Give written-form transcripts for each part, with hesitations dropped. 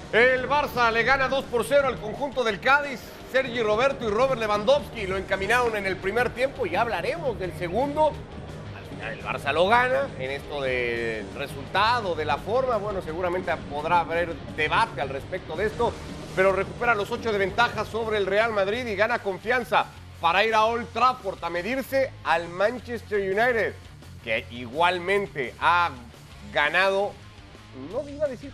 El Barça le gana 2-0 al conjunto del Cádiz. Sergi Roberto y Robert Lewandowski lo encaminaron en el primer tiempo y hablaremos del segundo. Al final el Barça lo gana. En esto del resultado, de la forma, bueno, seguramente podrá haber debate al respecto de esto, pero recupera los 8 de ventaja sobre el Real Madrid y gana confianza para ir a Old Trafford a medirse al Manchester United, que igualmente ha ganado, no iba a decir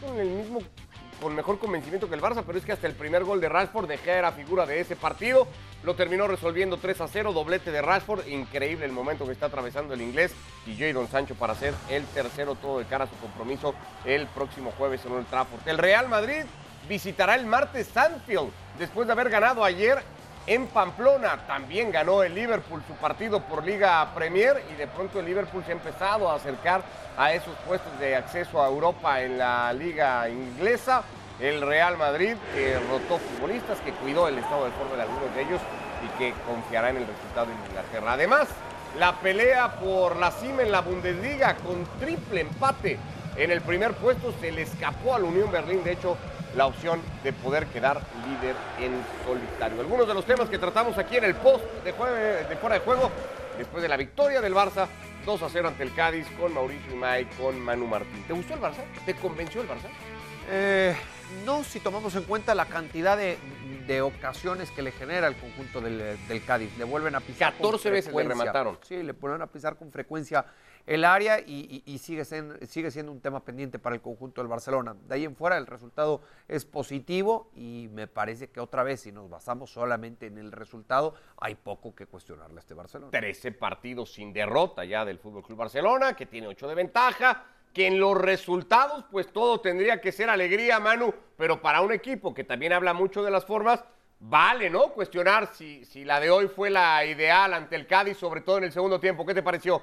con mejor convencimiento que el Barça, pero es que hasta el primer gol de Rashford, De Gea era figura de ese partido, lo terminó resolviendo 3-0, doblete de Rashford, increíble el momento que está atravesando el inglés, y Jadon Sancho para hacer el tercero, todo de cara a su compromiso el próximo jueves en Old Trafford. El Real Madrid visitará el martes Anfield, después de haber ganado ayer en Pamplona. También ganó el Liverpool su partido por Liga Premier y de pronto el Liverpool se ha empezado a acercar a esos puestos de acceso a Europa en la Liga Inglesa. El Real Madrid, que rotó futbolistas, que cuidó el estado de forma de algunos de ellos y que confiará en el resultado en Inglaterra. Además, la pelea por la cima en la Bundesliga con triple empate en el primer puesto se le escapó al Unión Berlín. De hecho, la opción de poder quedar líder en solitario. Algunos de los temas que tratamos aquí en el post de fuera de juego, después de la victoria del Barça, 2-0 ante el Cádiz, con Mauricio Imay, con Manu Martín. ¿Te gustó el Barça? ¿Te convenció el Barça? No, si tomamos en cuenta la cantidad de ocasiones que le genera el conjunto del Cádiz. Le vuelven a pisar 14 veces le remataron. Sí, le vuelven a pisar con frecuencia el área y sigue siendo un tema pendiente para el conjunto del Barcelona. De ahí en fuera el resultado es positivo y me parece que otra vez, si nos basamos solamente en el resultado, hay poco que cuestionarle a este Barcelona. 13 partidos sin derrota ya del FC Barcelona, que tiene 8 de ventaja, que en los resultados pues todo tendría que ser alegría, Manu, pero para un equipo que también habla mucho de las formas, vale, ¿no? Cuestionar si la de hoy fue la ideal ante el Cádiz, sobre todo en el segundo tiempo. ¿Qué te pareció?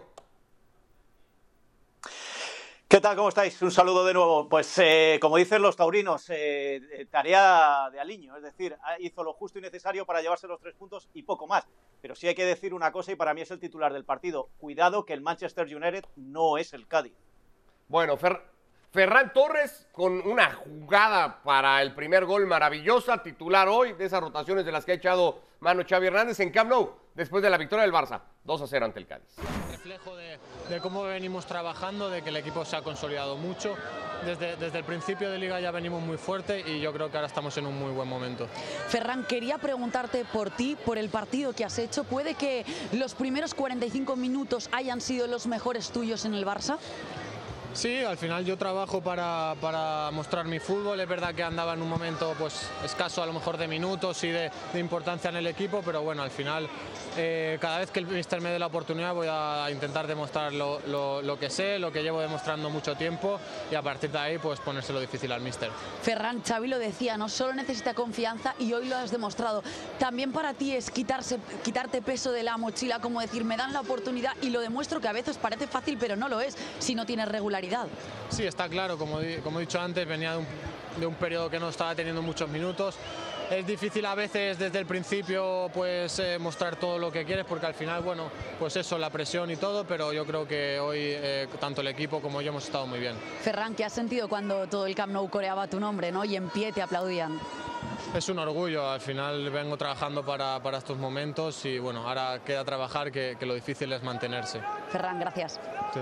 ¿Qué tal? ¿Cómo estáis? Un saludo de nuevo. Pues como dicen los taurinos, tarea de Aliño, es decir, hizo lo justo y necesario para llevarse los 3 puntos y poco más. Pero sí hay que decir una cosa y para mí es el titular del partido. Cuidado que el Manchester United no es el Cádiz. Bueno, Ferran Torres con una jugada para el primer gol maravillosa, titular hoy de esas rotaciones de las que ha echado mano Xavi Hernández en Camp Nou, después de la victoria del Barça, 2-0 ante el Cádiz. Reflejo de cómo venimos trabajando, de que el equipo se ha consolidado mucho. Desde el principio de Liga ya venimos muy fuerte y yo creo que ahora estamos en un muy buen momento. Ferran, quería preguntarte por ti, por el partido que has hecho. ¿Puede que los primeros 45 minutos hayan sido los mejores tuyos en el Barça? Sí, al final yo trabajo para mostrar mi fútbol. Es verdad que andaba en un momento pues escaso a lo mejor de minutos y de importancia en el equipo, pero bueno, al final cada vez que el míster me dé la oportunidad voy a intentar demostrar lo que sé, lo que llevo demostrando mucho tiempo y a partir de ahí pues ponérselo difícil al míster. Ferran, Xavi lo decía, no solo necesita confianza y hoy lo has demostrado. También para ti es quitarte peso de la mochila, como decir, me dan la oportunidad y lo demuestro, que a veces parece fácil pero no lo es si no tienes regularidad. Sí, está claro, como he dicho antes, venía de un periodo que no estaba teniendo muchos minutos. Es difícil a veces desde el principio pues mostrar todo lo que quieres porque al final, bueno, pues eso, la presión y todo, pero yo creo que hoy tanto el equipo como yo hemos estado muy bien. Ferran, ¿qué has sentido cuando todo el Camp Nou coreaba tu nombre, ¿no? Y en pie te aplaudían? Es un orgullo, al final vengo trabajando para estos momentos y bueno, ahora queda trabajar, que lo difícil es mantenerse. Ferran, gracias. Sí,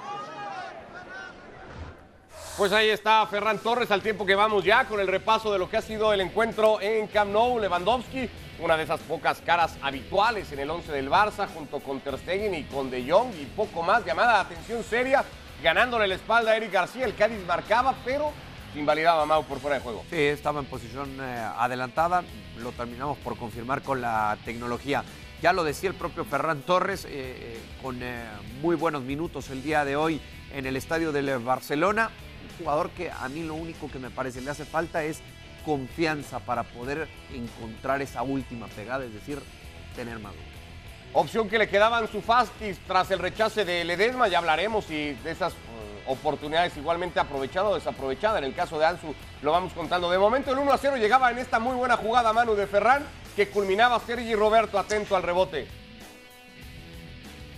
pues ahí está Ferran Torres, al tiempo que vamos ya con el repaso de lo que ha sido el encuentro en Camp Nou. Lewandowski, una de esas pocas caras habituales en el 11 del Barça, junto con Ter Stegen y con De Jong y poco más. Llamada de atención seria, ganándole la espalda a Eric García. El Cádiz marcaba, pero invalidaba a Mau por fuera de juego. Sí, estaba en posición adelantada, lo terminamos por confirmar con la tecnología. Ya lo decía el propio Ferran Torres, con muy buenos minutos el día de hoy en el estadio del Barcelona. Un jugador que a mí lo único que me parece le hace falta es confianza para poder encontrar esa última pegada, es decir, tener más. Opción que le quedaba a Ansu Fati tras el rechace de Ledesma. Ya hablaremos y de esas oportunidades igualmente aprovechada o desaprovechada. En el caso de Ansu lo vamos contando. De momento el 1-0 llegaba en esta muy buena jugada, Manu, de Ferran, que culminaba Sergi Roberto atento al rebote.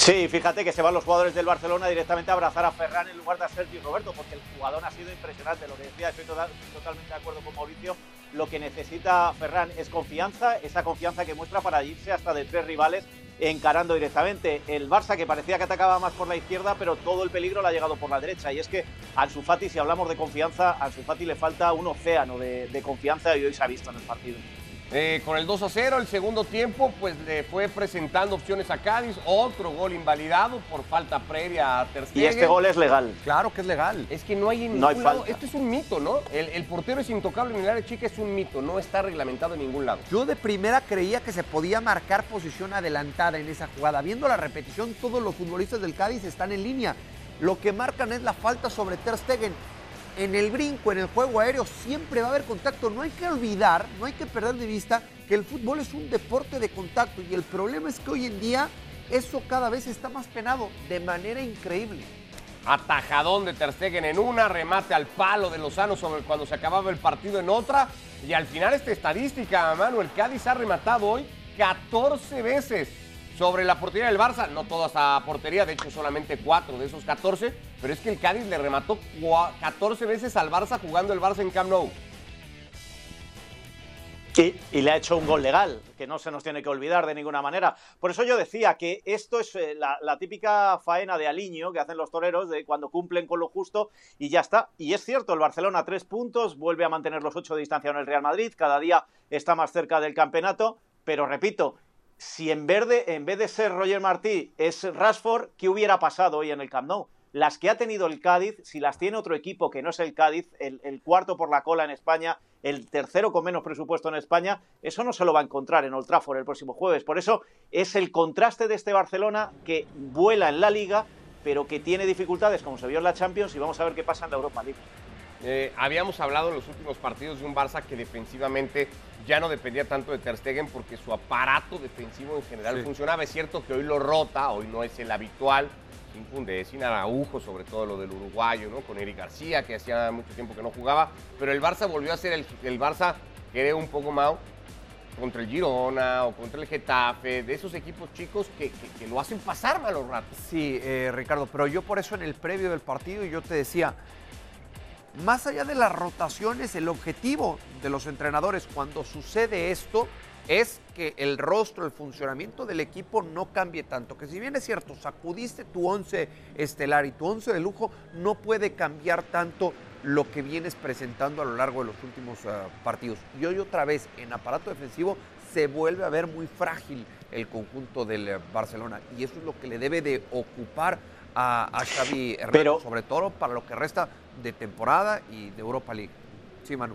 Sí, fíjate que se van los jugadores del Barcelona directamente a abrazar a Ferran en lugar de a Sergi Roberto, porque el jugador ha sido impresionante. Lo que decía, estoy totalmente de acuerdo con Mauricio. Lo que necesita Ferran es confianza, esa confianza que muestra para irse hasta de 3 rivales encarando directamente. El Barça, que parecía que atacaba más por la izquierda, pero todo el peligro le ha llegado por la derecha. Y es que a Ansu Fati, si hablamos de confianza, a Ansu Fati le falta un océano de confianza y hoy se ha visto en el partido. Con el 2-0, el segundo tiempo, pues le fue presentando opciones a Cádiz. Otro gol invalidado por falta previa a Ter Stegen. Y este gol es legal. Claro que es legal. Es que no hay en ningún lado. Esto es un mito, ¿no? El portero es intocable en el área chica, es un mito. No está reglamentado en ningún lado. Yo de primera creía que se podía marcar posición adelantada en esa jugada. Viendo la repetición, todos los futbolistas del Cádiz están en línea. Lo que marcan es la falta sobre Ter Stegen. En el brinco, en el juego aéreo, siempre va a haber contacto. No hay que olvidar, no hay que perder de vista que el fútbol es un deporte de contacto. Y el problema es que hoy en día eso cada vez está más penado de manera increíble. Atajadón de Ter Stegen en una, remate al palo de Lozano sobre cuando se acababa el partido en otra. Y al final esta estadística, Manu, el Cádiz ha rematado hoy 14 veces sobre la portería del Barça, no todas a portería, de hecho solamente 4 de esos 14, pero es que el Cádiz le remató 14 veces al Barça jugando el Barça en Camp Nou. Y le ha hecho un gol legal, que no se nos tiene que olvidar de ninguna manera. Por eso yo decía que esto es la típica faena de aliño que hacen los toreros, de cuando cumplen con lo justo y ya está. Y es cierto, el Barcelona 3 puntos, vuelve a mantener los 8 de distancia en el Real Madrid, cada día está más cerca del campeonato, pero repito, si en vez de ser Roger Martí es Rashford, ¿qué hubiera pasado hoy en el Camp Nou? Las que ha tenido el Cádiz, si las tiene otro equipo que no es el Cádiz, el cuarto por la cola en España, el tercero con menos presupuesto en España, eso no se lo va a encontrar en Old Trafford el próximo jueves. Por eso es el contraste de este Barcelona que vuela en la Liga, pero que tiene dificultades, como se vio en la Champions, y vamos a ver qué pasa en la Europa League. Habíamos hablado en los últimos partidos de un Barça que defensivamente ya no dependía tanto de Ter Stegen porque su aparato defensivo en general funcionaba. Es cierto que hoy lo rota, hoy no es el habitual, sin Koundé, sin Araujo, sobre todo lo del uruguayo, ¿no? Con Eric García, que hacía mucho tiempo que no jugaba, pero el Barça volvió a ser el Barça que era un poco más contra el Girona o contra el Getafe, de esos equipos chicos que lo hacen pasar malos ratos. Sí, Ricardo, pero yo por eso en el previo del partido yo te decía, más allá de las rotaciones, el objetivo de los entrenadores cuando sucede esto es que el rostro, el funcionamiento del equipo no cambie tanto. Que si bien es cierto, sacudiste tu 11 estelar y tu 11 de lujo, no puede cambiar tanto lo que vienes presentando a lo largo de los últimos partidos. Y hoy otra vez, en aparato defensivo, se vuelve a ver muy frágil el conjunto del Barcelona. Y eso es lo que le debe de ocupar a Xavi Hernández, sobre todo para lo que resta de temporada y de Europa League. Sí, Manu.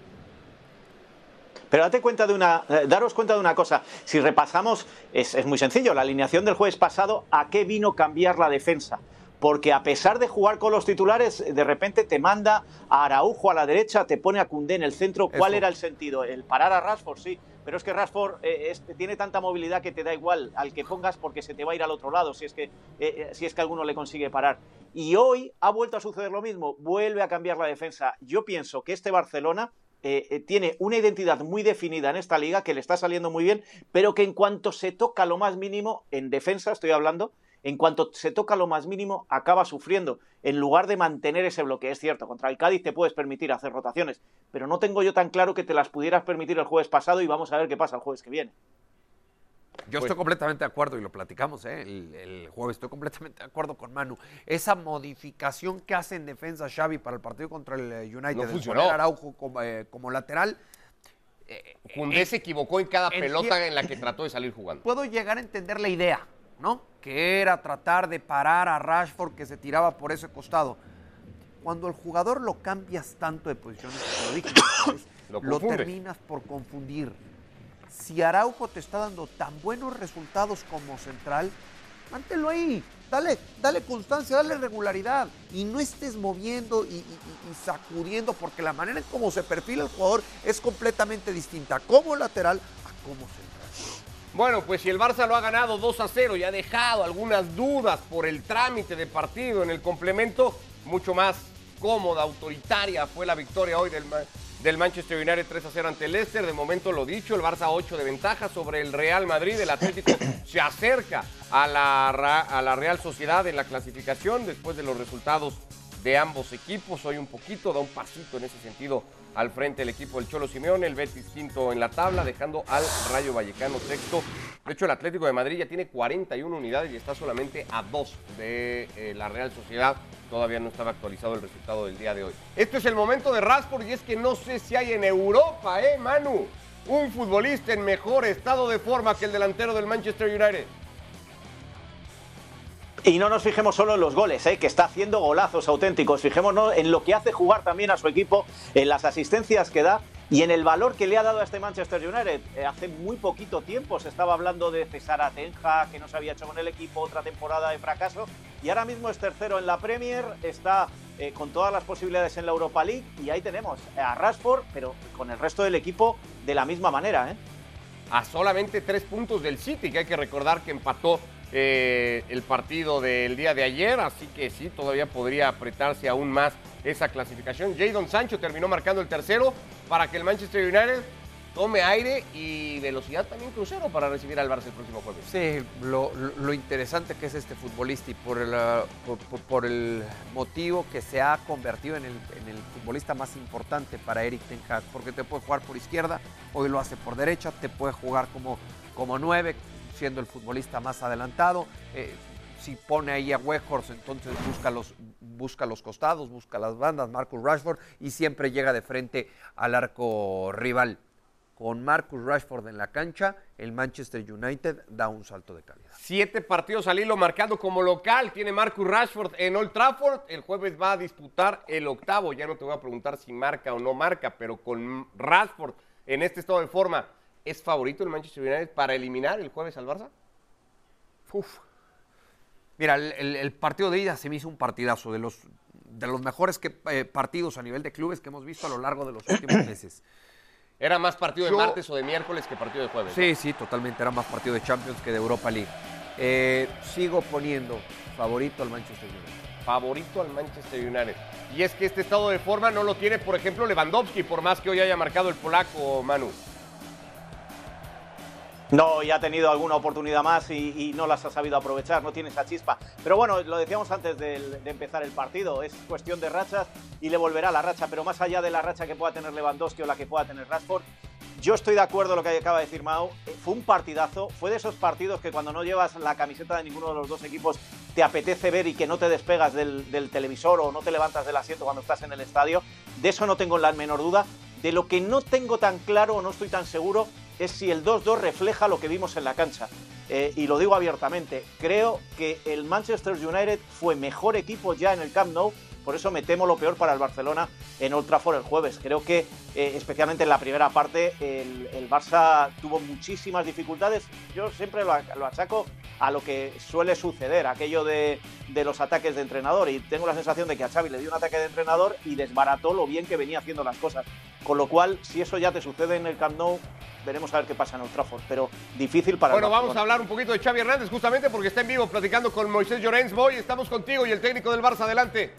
Pero daros cuenta de una cosa. Si repasamos, es muy sencillo. La alineación del jueves pasado, ¿a qué vino cambiar la defensa? Porque a pesar de jugar con los titulares, de repente te manda a Araujo a la derecha, te pone a Koundé en el centro. ¿Cuál era el sentido? ¿El parar a Rashford? Sí, pero es que Rashford tiene tanta movilidad que te da igual al que pongas porque se te va a ir al otro lado si es que alguno le consigue parar. Y hoy ha vuelto a suceder lo mismo, vuelve a cambiar la defensa. Yo pienso que este Barcelona tiene una identidad muy definida en esta liga, que le está saliendo muy bien, pero que en cuanto se toca lo más mínimo, en defensa estoy hablando, en cuanto se toca lo más mínimo, acaba sufriendo. En lugar de mantener ese bloque, es cierto, contra el Cádiz te puedes permitir hacer rotaciones, pero no tengo yo tan claro que te las pudieras permitir el jueves pasado y vamos a ver qué pasa el jueves que viene. Yo estoy completamente de acuerdo y lo platicamos el jueves, estoy completamente de acuerdo con Manu. Esa modificación que hace en defensa Xavi para el partido contra el United, de poner a Araujo como lateral. Koundé se equivocó en cada pelota en la que trató de salir jugando. Puedo llegar a entender la idea, ¿no? Que era tratar de parar a Rashford que se tiraba por ese costado. Cuando el jugador lo cambias tanto de posiciones, como dije, lo terminas por confundir. Si Araujo te está dando tan buenos resultados como central, mántelo ahí, dale constancia, dale regularidad y no estés moviendo y sacudiendo, porque la manera en cómo se perfila el jugador es completamente distinta como lateral a como central. Bueno, pues si el Barça lo ha ganado 2-0 y ha dejado algunas dudas por el trámite de partido en el complemento, mucho más cómoda, autoritaria fue la victoria hoy del del Manchester United 3-0 ante el Leicester. De momento lo dicho, el Barça 8 de ventaja sobre el Real Madrid. El Atlético se acerca a la Real Sociedad en la clasificación después de los resultados de ambos equipos. Hoy un poquito, da un pasito en ese sentido al frente del equipo del Cholo Simeone. El Betis quinto en la tabla, dejando al Rayo Vallecano sexto. De hecho, el Atlético de Madrid ya tiene 41 unidades y está solamente a 2 de la Real Sociedad. Todavía no estaba actualizado el resultado del día de hoy. Este es el momento de Rashford y es que no sé si hay en Europa, Manu, un futbolista en mejor estado de forma que el delantero del Manchester United. Y no nos fijemos solo en los goles, que está haciendo golazos auténticos. Fijémonos en lo que hace jugar también a su equipo, en las asistencias que da y en el valor que le ha dado a este Manchester United. Hace muy poquito tiempo se estaba hablando de cesar a Ten Hag, que no se había hecho con el equipo, otra temporada de fracaso. Y ahora mismo es tercero en la Premier, está con todas las posibilidades en la Europa League. Y ahí tenemos a Rashford, pero con el resto del equipo de la misma manera. A solamente 3 puntos del City, que hay que recordar que empató el partido del día de ayer, así que sí, todavía podría apretarse aún más esa clasificación. Jadon Sancho terminó marcando el tercero para que el Manchester United tome aire y velocidad también crucero para recibir al Barça el próximo jueves. Sí, lo interesante que es este futbolista y por el motivo que se ha convertido en el futbolista más importante para Erik ten Hag, porque te puede jugar por izquierda, hoy lo hace por derecha, te puede jugar como 9, siendo el futbolista más adelantado. Si pone ahí a Weghorst, entonces busca los costados, busca las bandas, Marcus Rashford, y siempre llega de frente al arco rival. Con Marcus Rashford en la cancha, el Manchester United da un salto de calidad. 7 partidos al hilo marcando como local tiene Marcus Rashford en Old Trafford. El jueves va a disputar el 8º. Ya no te voy a preguntar si marca o no marca, pero con Rashford en este estado de forma, ¿es favorito el Manchester United para eliminar el jueves al Barça? Mira, el partido de ida se me hizo un partidazo, de los mejores partidos a nivel de clubes que hemos visto a lo largo de los últimos meses. ¿Era más partido de martes o de miércoles que partido de jueves? Sí, sí, totalmente. Era más partido de Champions que de Europa League. Sigo poniendo favorito al Manchester United. Favorito al Manchester United. Y es que este estado de forma no lo tiene, por ejemplo, Lewandowski, por más que hoy haya marcado el polaco, Manu. No, y ha tenido alguna oportunidad más y no las ha sabido aprovechar, no tiene esa chispa. Pero bueno, lo decíamos antes de empezar el partido, es cuestión de rachas y le volverá la racha. Pero más allá de la racha que pueda tener Lewandowski o la que pueda tener Rashford, yo estoy de acuerdo con lo que acaba de decir Mau. Fue un partidazo, fue de esos partidos que cuando no llevas la camiseta de ninguno de los dos equipos te apetece ver y que no te despegas del televisor o no te levantas del asiento cuando estás en el estadio. De eso no tengo la menor duda. De lo que no tengo tan claro o no estoy tan seguro es si el 2-2 refleja lo que vimos en la cancha. Y lo digo abiertamente, creo que el Manchester United fue mejor equipo ya en el Camp Nou, por eso me temo lo peor para el Barcelona en Old Trafford el jueves. Creo que, especialmente en la primera parte, el Barça tuvo muchísimas dificultades. Yo siempre lo achaco a lo que suele suceder, aquello de los ataques de entrenador, y tengo la sensación de que a Xavi le dio un ataque de entrenador y desbarató lo bien que venía haciendo las cosas. Con lo cual, si eso ya te sucede en el Camp Nou, veremos a ver qué pasa en Old Trafford, pero difícil para el Barcelona. Vamos a hablar un poquito de Xavi Hernández, justamente porque está en vivo platicando con Moisés Llorens. Boy, estamos contigo y el técnico del Barça, adelante.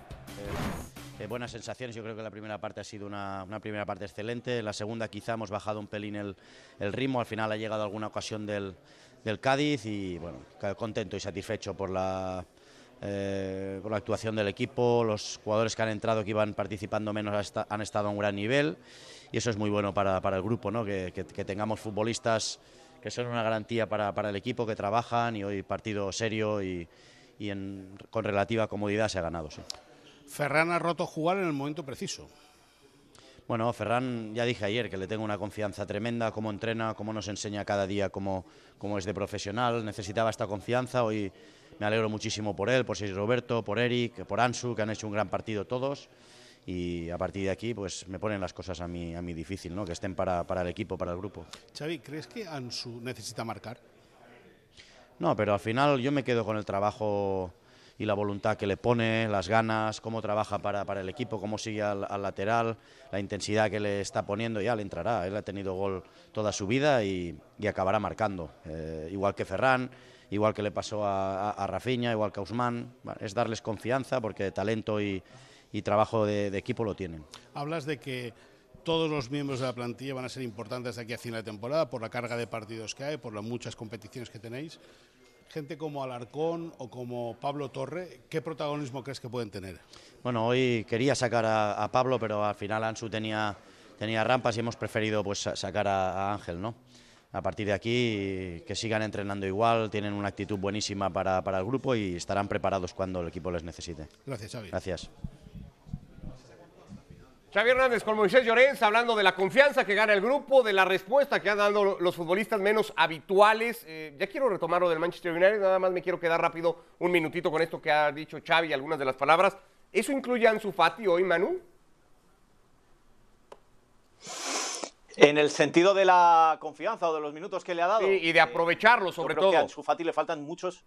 Buenas sensaciones, yo creo que la primera parte ha sido una primera parte excelente. La segunda quizá hemos bajado un pelín el ritmo, al final ha llegado alguna ocasión del Cádiz y bueno, contento y satisfecho por la actuación del equipo. Los jugadores que han entrado, que iban participando menos, han estado a un gran nivel y eso es muy bueno para el grupo, ¿no? Que tengamos futbolistas que son una garantía para el equipo, que trabajan, y hoy partido serio y con relativa comodidad se ha ganado, sí. Ferran ha roto jugar en el momento preciso. Bueno, Ferran, ya dije ayer que le tengo una confianza tremenda, cómo entrena, cómo nos enseña cada día, cómo es de profesional. Necesitaba esta confianza, hoy me alegro muchísimo por él, por Sergi Roberto, por Eric, por Ansu, que han hecho un gran partido todos. Y a partir de aquí pues me ponen las cosas a mí difícil, ¿no? Que estén para el equipo, para el grupo. Xavi, ¿crees que Ansu necesita marcar? No, pero al final yo me quedo con el trabajo y la voluntad que le pone, las ganas, cómo trabaja para el equipo, cómo sigue al lateral, la intensidad que le está poniendo. Ya le entrará, él ha tenido gol toda su vida y acabará marcando, igual que Ferran, igual que le pasó a Rafinha, igual que a Ousmane. Bueno, es darles confianza porque talento y trabajo de equipo lo tienen. Hablas de que todos los miembros de la plantilla van a ser importantes de aquí a final de temporada por la carga de partidos que hay, por las muchas competiciones que tenéis. Gente como Alarcón o como Pablo Torre, ¿qué protagonismo crees que pueden tener? Bueno, hoy quería sacar a Pablo, pero al final Ansu tenía rampas y hemos preferido pues sacar a Ángel, ¿no? A partir de aquí, que sigan entrenando igual, tienen una actitud buenísima para el grupo y estarán preparados cuando el equipo les necesite. Gracias, Xavi. Gracias. Xavi Hernández con Moisés Llorens, hablando de la confianza que gana el grupo, de la respuesta que han dado los futbolistas menos habituales. Ya quiero retomar lo del Manchester United, nada más me quiero quedar rápido un minutito con esto que ha dicho Xavi, algunas de las palabras. ¿Eso incluye a Ansu Fati hoy, Manu? En el sentido de la confianza o de los minutos que le ha dado. Sí, y de aprovecharlo sobre todo. Yo creo que a Ansu Fati le faltan muchos.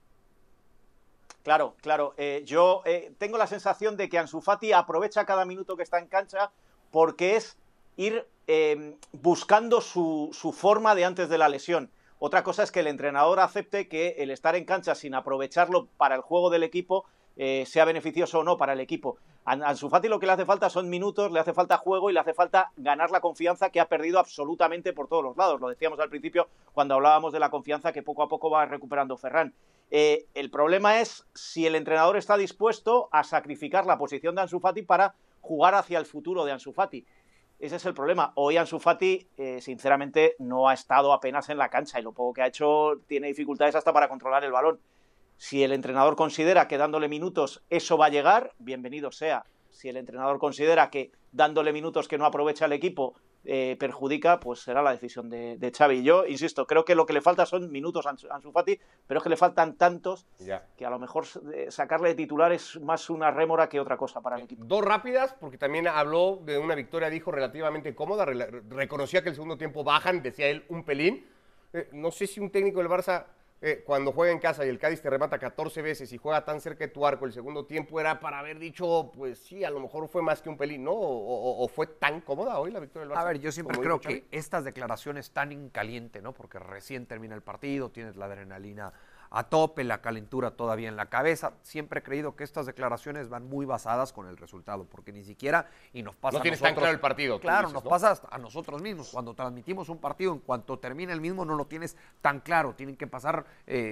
Claro. Yo tengo la sensación de que Ansu Fati aprovecha cada minuto que está en cancha porque es ir buscando su forma de antes de la lesión. Otra cosa es que el entrenador acepte que el estar en cancha sin aprovecharlo para el juego del equipo sea beneficioso o no para el equipo. A Ansu Fati lo que le hace falta son minutos, le hace falta juego y le hace falta ganar la confianza que ha perdido absolutamente por todos los lados. Lo decíamos al principio cuando hablábamos de la confianza que poco a poco va recuperando Ferran. El problema es si el entrenador está dispuesto a sacrificar la posición de Ansu Fati para jugar hacia el futuro de Ansu Fati. Ese es el problema. Hoy Ansu Fati, sinceramente, no ha estado apenas en la cancha y lo poco que ha hecho tiene dificultades hasta para controlar el balón. Si el entrenador considera que dándole minutos eso va a llegar, bienvenido sea. Si el entrenador considera que dándole minutos que no aprovecha el equipo perjudica, pues será la decisión de Xavi. Yo, insisto, creo que lo que le falta son minutos a Ansu Fati, pero es que le faltan tantos que a lo mejor sacarle de titular es más una rémora que otra cosa para el equipo. Dos rápidas, porque también habló de una victoria, dijo, relativamente cómoda, reconocía que el segundo tiempo bajan, decía él, un pelín. No sé si un técnico del Barça, cuando juega en casa y el Cádiz te remata 14 veces y juega tan cerca de tu arco el segundo tiempo, era para haber dicho, pues sí, a lo mejor fue más que un pelín, ¿no? O fue tan cómoda hoy la victoria del Barça. A ver, yo siempre creo que estas declaraciones tan en caliente, ¿no? Porque recién termina el partido, tienes la adrenalina a tope, la calentura todavía en la cabeza. Siempre he creído que estas declaraciones van muy basadas con el resultado, porque ni siquiera, y nos pasa no a tienes nosotros, tan claro el partido. Claro, dices, nos ¿no? pasa a nosotros mismos. Cuando transmitimos un partido, en cuanto termina el mismo, no lo tienes tan claro. Tiene que pasar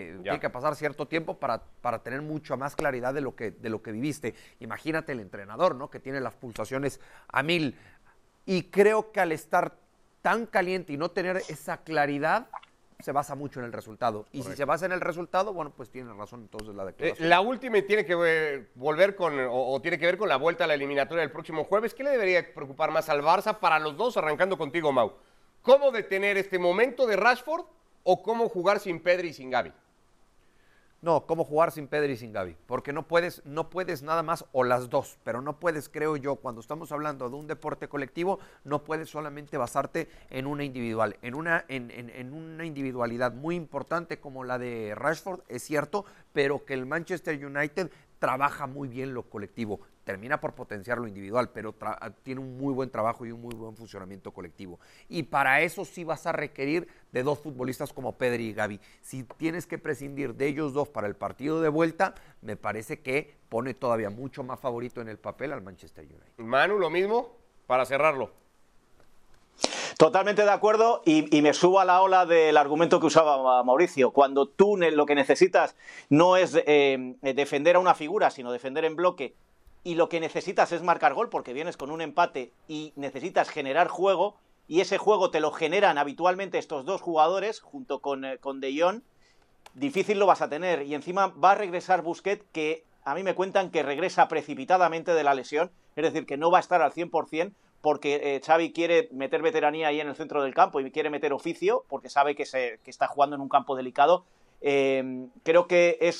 cierto tiempo para tener mucha más claridad de lo que viviste. Imagínate el entrenador, ¿no? Que tiene las pulsaciones a 1000. Y creo que al estar tan caliente y no tener esa claridad, se basa mucho en el resultado. Y Correcto. si se basa en el resultado, bueno, pues tiene razón entonces la declaración. La última tiene que volver tiene que ver con la vuelta a la eliminatoria del próximo jueves. ¿Qué le debería preocupar más al Barça para los dos, arrancando contigo, Mau? ¿Cómo detener este momento de Rashford o cómo jugar sin Pedri y sin Gavi? No, cómo jugar sin Pedri y sin Gavi, porque no puedes nada más o las dos, pero no puedes, creo yo, cuando estamos hablando de un deporte colectivo, no puedes solamente basarte en una individual, en una individualidad muy importante como la de Rashford, es cierto, pero que el Manchester United trabaja muy bien lo colectivo, termina por potenciar lo individual, pero tiene un muy buen trabajo y un muy buen funcionamiento colectivo. Y para eso sí vas a requerir de dos futbolistas como Pedri y Gavi. Si tienes que prescindir de ellos dos para el partido de vuelta, me parece que pone todavía mucho más favorito en el papel al Manchester United. Manu, lo mismo, para cerrarlo. Totalmente de acuerdo y me subo a la ola del argumento que usaba Mauricio. Cuando tú lo que necesitas no es defender a una figura, sino defender en bloque, y lo que necesitas es marcar gol porque vienes con un empate y necesitas generar juego, y ese juego te lo generan habitualmente estos dos jugadores junto con De Jong, difícil lo vas a tener. Y encima va a regresar Busquets, que a mí me cuentan que regresa precipitadamente de la lesión, es decir, que no va a estar al 100%, porque Xavi quiere meter veteranía ahí en el centro del campo y quiere meter oficio, porque sabe que está jugando en un campo delicado. Creo que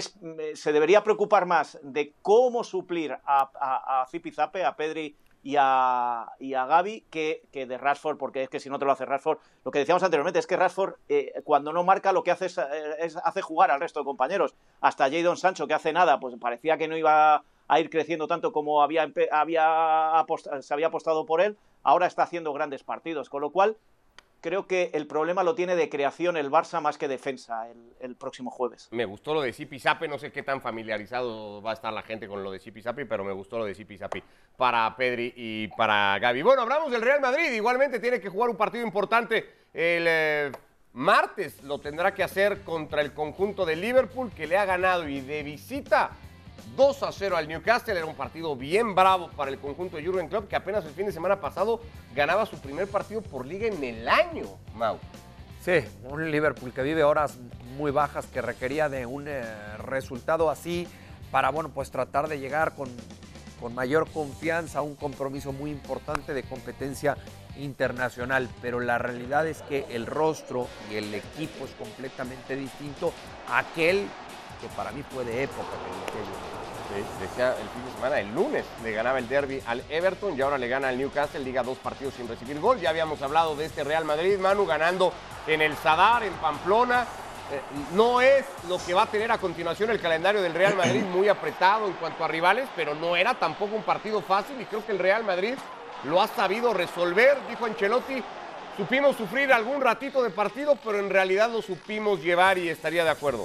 se debería preocupar más de cómo suplir a Zipizape, a Pedri y a Gavi que de Rashford, porque es que si no te lo hace Rashford, lo que decíamos anteriormente es que Rashford cuando no marca lo que hace es hace jugar al resto de compañeros. Hasta Jadon Sancho, que hace nada, pues parecía que no iba a ir creciendo tanto como se había apostado por él, ahora está haciendo grandes partidos, con lo cual creo que el problema lo tiene de creación el Barça más que defensa el próximo jueves. Me gustó lo de Zipizape, no sé qué tan familiarizado va a estar la gente con lo de Zipizape, pero me gustó lo de Zipizape para Pedri y para Gavi. Bueno, hablamos del Real Madrid, igualmente tiene que jugar un partido importante el martes, lo tendrá que hacer contra el conjunto de Liverpool, que le ha ganado y de visita 2-0 al Newcastle. Era un partido bien bravo para el conjunto de Jürgen Klopp, que apenas el fin de semana pasado ganaba su primer partido por liga en el año, Mau. Sí, un Liverpool que vive horas muy bajas, que requería de un resultado así para, bueno, pues tratar de llegar con mayor confianza a un compromiso muy importante de competencia internacional, pero la realidad es que el rostro y el equipo es completamente distinto a aquel que para mí fue de época que decía el fin de semana, el lunes le ganaba el derbi al Everton y ahora le gana al Newcastle, liga 2 partidos sin recibir gol. Ya habíamos hablado de este Real Madrid, Manu, ganando en el Sadar, en Pamplona. No es lo que va a tener a continuación el calendario del Real Madrid, muy apretado en cuanto a rivales, pero no era tampoco un partido fácil y creo que el Real Madrid lo ha sabido resolver. Dijo Ancelotti, supimos sufrir algún ratito de partido, pero en realidad lo supimos llevar y estaría de acuerdo.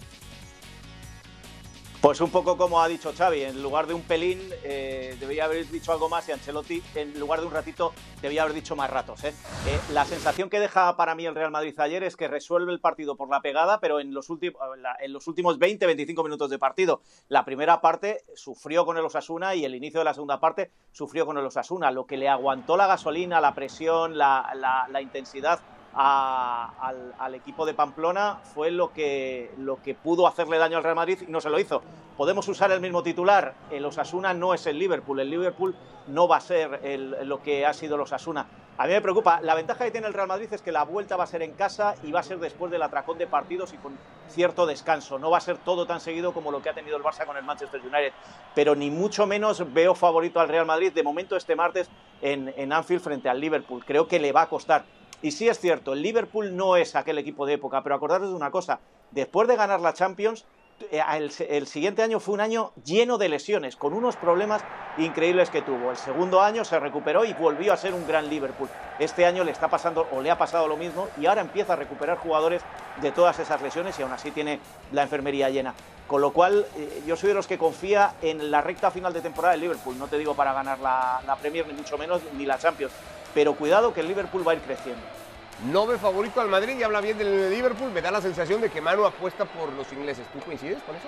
Pues un poco como ha dicho Xavi, en lugar de un pelín debería haber dicho algo más y Ancelotti en lugar de un ratito debía haber dicho más ratos. La sensación que deja para mí el Real Madrid ayer es que resuelve el partido por la pegada, pero en los últimos 20-25 minutos de partido. La primera parte sufrió con el Osasuna y el inicio de la segunda parte sufrió con el Osasuna. Lo que le aguantó la gasolina, la presión, la intensidad al equipo de Pamplona fue lo que pudo hacerle daño al Real Madrid y no se lo hizo. Podemos usar el mismo titular, el Osasuna no es el Liverpool no va a ser lo que ha sido el Osasuna. A mí me preocupa, la ventaja que tiene el Real Madrid es que la vuelta va a ser en casa y va a ser después del atracón de partidos y con cierto descanso, no va a ser todo tan seguido como lo que ha tenido el Barça con el Manchester United, pero ni mucho menos veo favorito al Real Madrid de momento este martes en Anfield frente al Liverpool. Creo que le va a costar. Y sí es cierto, el Liverpool no es aquel equipo de época, pero acordaros de una cosa, después de ganar la Champions, el siguiente año fue un año lleno de lesiones, con unos problemas increíbles que tuvo. El segundo año se recuperó y volvió a ser un gran Liverpool. Este año le está pasando, o le ha pasado lo mismo, y ahora empieza a recuperar jugadores de todas esas lesiones y aún así tiene la enfermería llena. Con lo cual, yo soy de los que confía en la recta final de temporada del Liverpool. No te digo para ganar la Premier, ni mucho menos, ni la Champions. Pero cuidado que el Liverpool va a ir creciendo. No ve favorito al Madrid y habla bien del Liverpool. Me da la sensación de que Manu apuesta por los ingleses. ¿Tú coincides con eso?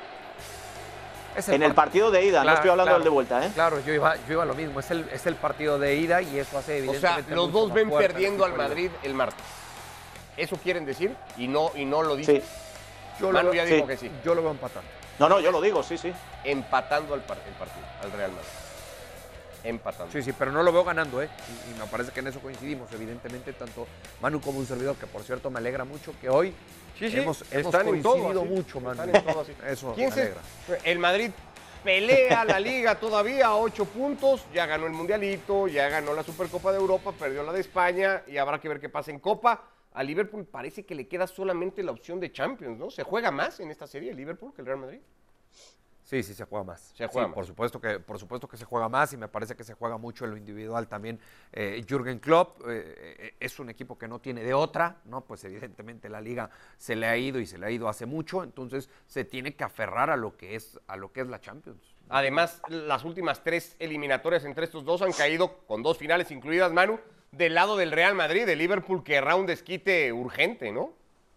En el partido de ida, claro, no estoy hablando del de vuelta, ¿eh? Claro, yo iba a lo mismo. Es el partido de ida y eso hace evidentemente. O sea, los dos ven perdiendo al Madrid el martes. ¿Eso quieren decir? Y no lo dicen. Sí. Manu ya dijo que sí. Yo lo veo empatando. No, yo lo digo, sí. Empatando el partido, al Real Madrid. Empatando. Sí, pero no lo veo ganando, ¿eh? Y me parece que en eso coincidimos, evidentemente, tanto Manu como un servidor, que por cierto me alegra mucho que hoy hemos coincidido mucho, Manu. Eso me alegra. El Madrid pelea la Liga todavía a 8 puntos, ya ganó el Mundialito, ya ganó la Supercopa de Europa, perdió la de España y habrá que ver qué pasa en Copa. A Liverpool parece que le queda solamente la opción de Champions, ¿no? ¿Se juega más en esta serie el Liverpool que el Real Madrid? Sí, se juega más. Por supuesto que se juega más y me parece que se juega mucho en lo individual también. Jürgen Klopp es un equipo que no tiene de otra, ¿no? Pues evidentemente la liga se le ha ido hace mucho, entonces se tiene que aferrar a lo que es la Champions. Además, las últimas 3 eliminatorias entre estos dos han caído con 2 finales incluidas, Manu, del lado del Real Madrid. El Liverpool querrá un desquite urgente, ¿no?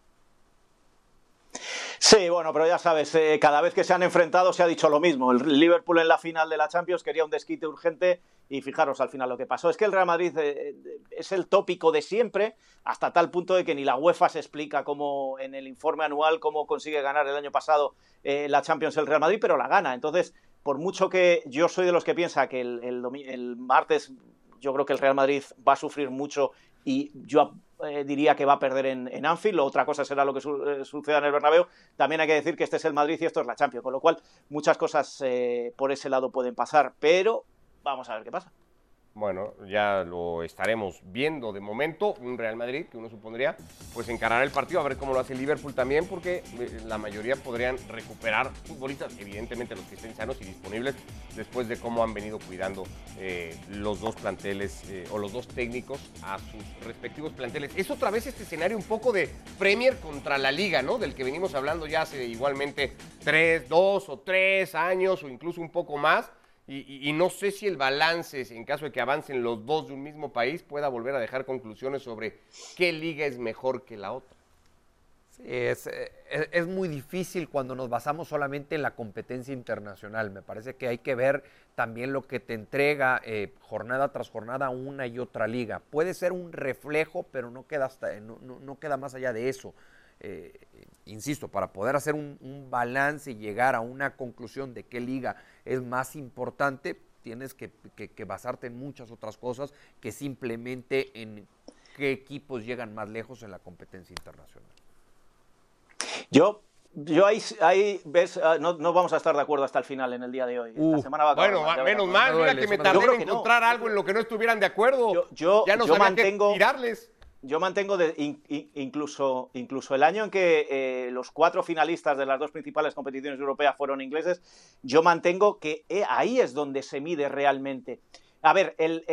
Sí, bueno, pero ya sabes, cada vez que se han enfrentado se ha dicho lo mismo. El Liverpool en la final de la Champions quería un desquite urgente y fijaros al final lo que pasó. Es que el Real Madrid es el tópico de siempre, hasta tal punto de que ni la UEFA se explica cómo en el informe anual cómo consigue ganar el año pasado la Champions el Real Madrid, pero la gana. Entonces, por mucho que yo soy de los que piensa que el martes yo creo que el Real Madrid va a sufrir mucho y yo diría que va a perder en Anfield. Otra cosa será lo que suceda en el Bernabéu. También hay que decir que este es el Madrid y esto es la Champions, con lo cual muchas cosas por ese lado pueden pasar, pero vamos a ver qué pasa. Bueno, ya lo estaremos viendo. De momento, un Real Madrid que uno supondría, pues encarará el partido, a ver cómo lo hace Liverpool también, porque la mayoría podrían recuperar futbolistas, evidentemente los que estén sanos y disponibles, después de cómo han venido cuidando los dos planteles o los dos técnicos a sus respectivos planteles. Es otra vez este escenario un poco de Premier contra la Liga, ¿no? Del que venimos hablando ya hace igualmente 2 o 3 años o incluso un poco más. Y no sé si el balance, en caso de que avancen los dos de un mismo país, pueda volver a dejar conclusiones sobre qué liga es mejor que la otra. Sí, es muy difícil cuando nos basamos solamente en la competencia internacional. Me parece que hay que ver también lo que te entrega jornada tras jornada una y otra liga. Puede ser un reflejo, pero no queda, no queda más allá de eso. Insisto, para poder hacer un balance y llegar a una conclusión de qué liga es más importante, tienes que basarte en muchas otras cosas que simplemente en qué equipos llegan más lejos en la competencia internacional. Yo ahí ves, no vamos a estar de acuerdo hasta el final en el día de hoy. La semana va a acabar, bueno, menos mal, mira que me tardé en encontrar algo en lo que no estuvieran de acuerdo. Ya no sabía qué tirarles. Yo mantengo incluso el año en que los 4 finalistas de las 2 principales competiciones europeas fueron ingleses, yo mantengo que ahí es donde se mide realmente. A ver,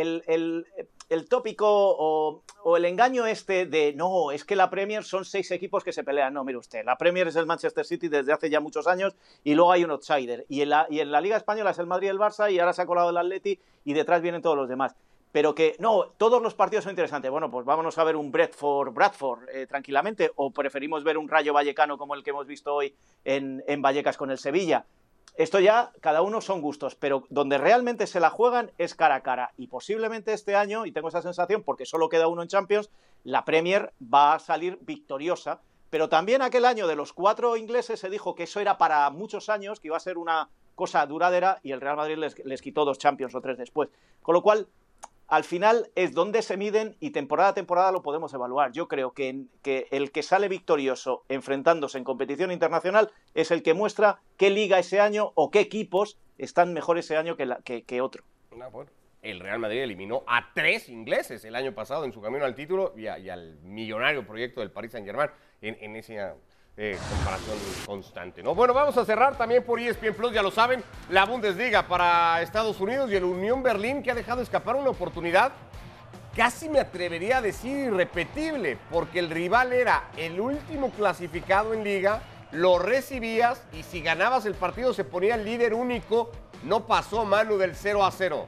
el tópico o el engaño este de no, es que la Premier son 6 equipos que se pelean. No, mire usted, la Premier es el Manchester City desde hace ya muchos años y luego hay un outsider. Y en la Liga Española es el Madrid y el Barça y ahora se ha colado el Atleti y detrás vienen todos los demás. Pero que, no, todos los partidos son interesantes. Bueno, pues vámonos a ver un Bradford tranquilamente, o preferimos ver un Rayo Vallecano como el que hemos visto hoy en Vallecas con el Sevilla. Esto ya, cada uno son gustos, pero donde realmente se la juegan es cara a cara. Y posiblemente este año, y tengo esa sensación porque solo queda uno en Champions, la Premier va a salir victoriosa. Pero también aquel año de los 4 ingleses se dijo que eso era para muchos años, que iba a ser una cosa duradera, y el Real Madrid les quitó 2 Champions o 3 después. Con lo cual, al final es donde se miden y temporada a temporada lo podemos evaluar. Yo creo que el que sale victorioso enfrentándose en competición internacional es el que muestra qué liga ese año o qué equipos están mejor ese año que otro. Bueno, el Real Madrid eliminó a 3 ingleses el año pasado en su camino al título y al millonario proyecto del Paris Saint-Germain en esa comparación constante, ¿no? Bueno, vamos a cerrar también por ESPN Plus, ya lo saben, la Bundesliga para Estados Unidos y el Unión Berlín, que ha dejado escapar una oportunidad, casi me atrevería a decir irrepetible, porque el rival era el último clasificado en liga, lo recibías y si ganabas el partido se ponía el líder único. No pasó, Manu, del 0-0.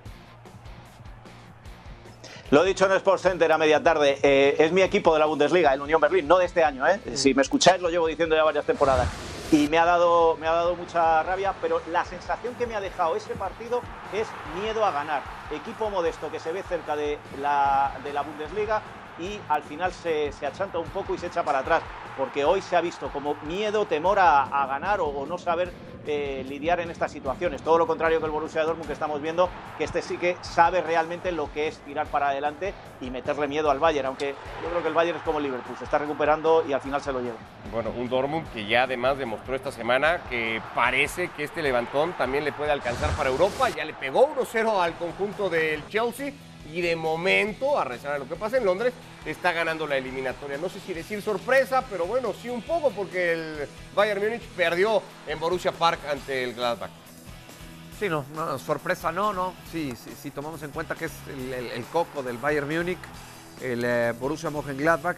Lo he dicho en Sports Center a media tarde, es mi equipo de la Bundesliga, el Unión Berlín, no de este año, Si me escucháis lo llevo diciendo ya varias temporadas. Y me ha dado mucha rabia, pero la sensación que me ha dejado ese partido es miedo a ganar. Equipo modesto que se ve cerca de la Bundesliga y al final se achanta un poco y se echa para atrás, porque hoy se ha visto como miedo, temor a ganar o no saber lidiar en estas situaciones. Todo lo contrario que el Borussia Dortmund, que estamos viendo que sí que sabe realmente lo que es tirar para adelante y meterle miedo al Bayern, aunque yo creo que el Bayern es como el Liverpool, se está recuperando y al final se lo lleva. Bueno, un Dortmund que ya además demostró esta semana que parece que este levantón también le puede alcanzar para Europa. Ya le pegó 1-0 al conjunto del Chelsea y de momento, a rezar a lo que pasa en Londres, está ganando la eliminatoria. No sé si decir sorpresa, pero bueno, sí un poco, porque el Bayern Múnich perdió en Borussia Park ante el Gladbach. Sí, no, sorpresa no. Sí, tomamos en cuenta que es el coco del Bayern Múnich, el Borussia Mönchengladbach.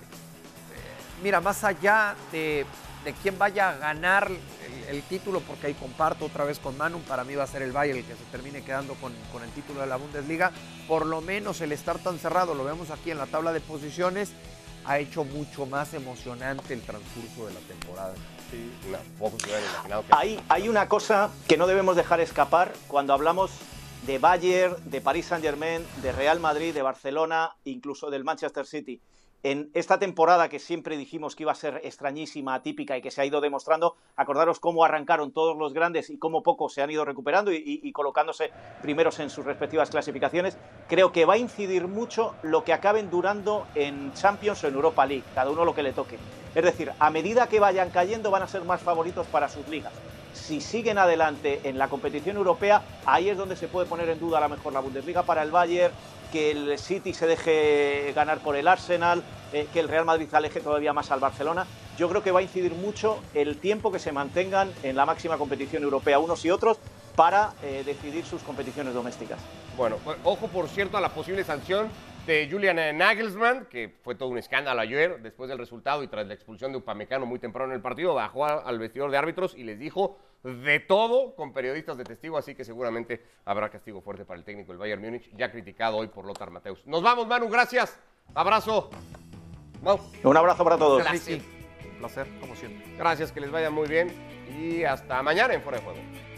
Mira, más allá de quién vaya a ganar el título, porque ahí comparto otra vez con Manu, para mí va a ser el Bayern el que se termine quedando con el título de la Bundesliga. Por lo menos el estar tan cerrado, lo vemos aquí en la tabla de posiciones, ha hecho mucho más emocionante el transcurso de la temporada. Sí, poco se hubiera imaginado que... Hay una cosa que no debemos dejar escapar cuando hablamos de Bayern, de Paris Saint-Germain, de Real Madrid, de Barcelona, incluso del Manchester City. En esta temporada que siempre dijimos que iba a ser extrañísima, atípica y que se ha ido demostrando, acordaros cómo arrancaron todos los grandes y cómo pocos se han ido recuperando y colocándose primeros en sus respectivas clasificaciones. Creo que va a incidir mucho lo que acaben durando en Champions o en Europa League, cada uno lo que le toque. Es decir, a medida que vayan cayendo van a ser más favoritos para sus ligas. Si siguen adelante en la competición europea, ahí es donde se puede poner en duda a lo mejor la Bundesliga para el Bayern, que el City se deje ganar por el Arsenal, que el Real Madrid aleje todavía más al Barcelona. Yo creo que va a incidir mucho el tiempo que se mantengan en la máxima competición europea unos y otros para decidir sus competiciones domésticas. Bueno, pues, ojo por cierto a la posible sanción de Julian Nagelsmann, que fue todo un escándalo ayer después del resultado y tras la expulsión de Upamecano muy temprano en el partido, bajó al vestidor de árbitros y les dijo de todo con periodistas de testigo, así que seguramente habrá castigo fuerte para el técnico del Bayern Múnich, ya criticado hoy por Lothar Matthäus. Nos vamos, Manu, gracias. Abrazo. Mau. Un abrazo para todos. Gracias. Un placer, como siempre. Gracias, que les vaya muy bien y hasta mañana en Fuera de Juego.